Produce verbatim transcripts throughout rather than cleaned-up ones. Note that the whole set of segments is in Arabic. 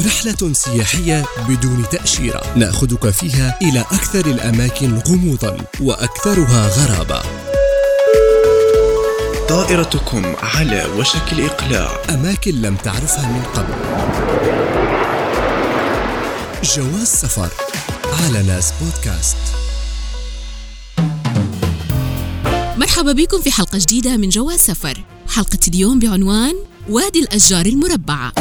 رحلة سياحية بدون تأشيرة نأخذك فيها إلى أكثر الأماكن غموضاً وأكثرها غرابة. طائرتكم على وشك الإقلاع، أماكن لم تعرفها من قبل. جواز سفر على ناس بودكاست. مرحبا بكم في حلقة جديدة من جواز سفر. حلقة اليوم بعنوان وادي الأشجار المربعة.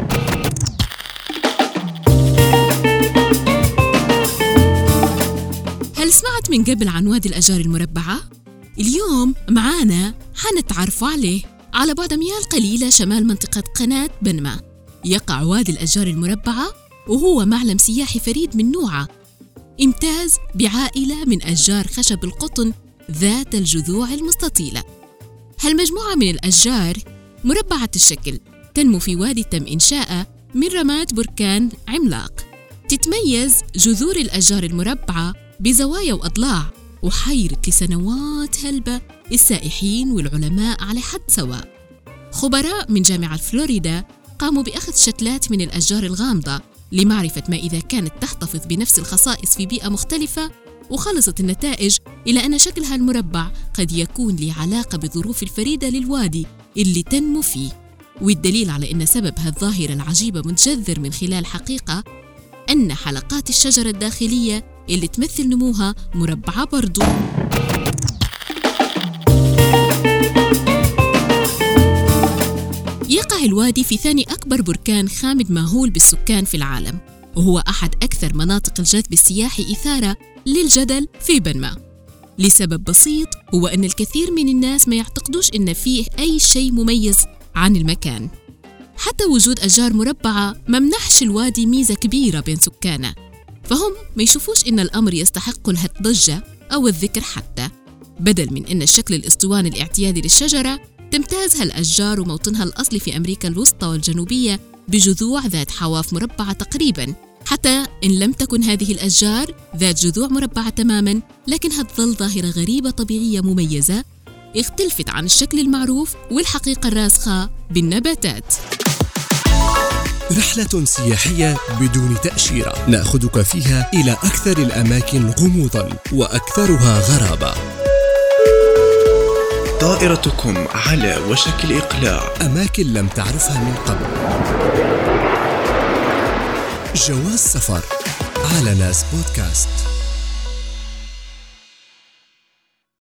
هل سمعت من قبل عن وادي الأشجار المربعة؟ اليوم معانا حنتعرف عليه. على بعد أميال قليلة شمال منطقة قناة بنما يقع وادي الأشجار المربعة، وهو معلم سياحي فريد من نوعه، امتاز بعائلة من أشجار خشب القطن ذات الجذوع المستطيلة. هالمجموعة من الأشجار مربعة الشكل تنمو في وادي تم إنشاءه من رماد بركان عملاق. تتميز جذور الأشجار المربعة بزوايا وأضلاع، وحيرت لسنوات هلبة السائحين والعلماء على حد سواء. خبراء من جامعة فلوريدا قاموا بأخذ شتلات من الأشجار الغامضة لمعرفة ما إذا كانت تحتفظ بنفس الخصائص في بيئة مختلفة، وخلصت النتائج إلى أن شكلها المربع قد يكون له علاقة بالظروف الفريدة للوادي اللي تنمو فيه. والدليل على أن سبب هالظاهرة العجيبة متجذر من خلال حقيقة أن حلقات الشجرة الداخلية اللي تمثل نموها مربعة برضو. يقع الوادي في ثاني أكبر بركان خامد ماهول بالسكان في العالم، وهو أحد أكثر مناطق الجذب السياحي إثارة للجدل في بنما، لسبب بسيط هو أن الكثير من الناس ما يعتقدوش أن فيه أي شيء مميز عن المكان. حتى وجود أشجار مربعة ما منحش الوادي ميزة كبيرة بين سكانه، فهم ما يشوفوش إن الأمر يستحق الضجة أو الذكر. حتى بدل من أن الشكل الاسطواني الاعتيادي للشجرة، تمتاز هالأشجار وموطنها الأصلي في أمريكا الوسطى والجنوبية بجذوع ذات حواف مربعة تقريباً. حتى إن لم تكن هذه الأشجار ذات جذوع مربعة تماماً، لكنها تظل ظاهرة غريبة طبيعية مميزة اختلفت عن الشكل المعروف والحقيقة الراسخة بالنباتات. رحلة سياحية بدون تأشيرة نأخذك فيها إلى أكثر الأماكن غموضاً وأكثرها غرابة. طائرتكم على وشك الإقلاع، أماكن لم تعرفها من قبل. جواز سفر على ناس بودكاست.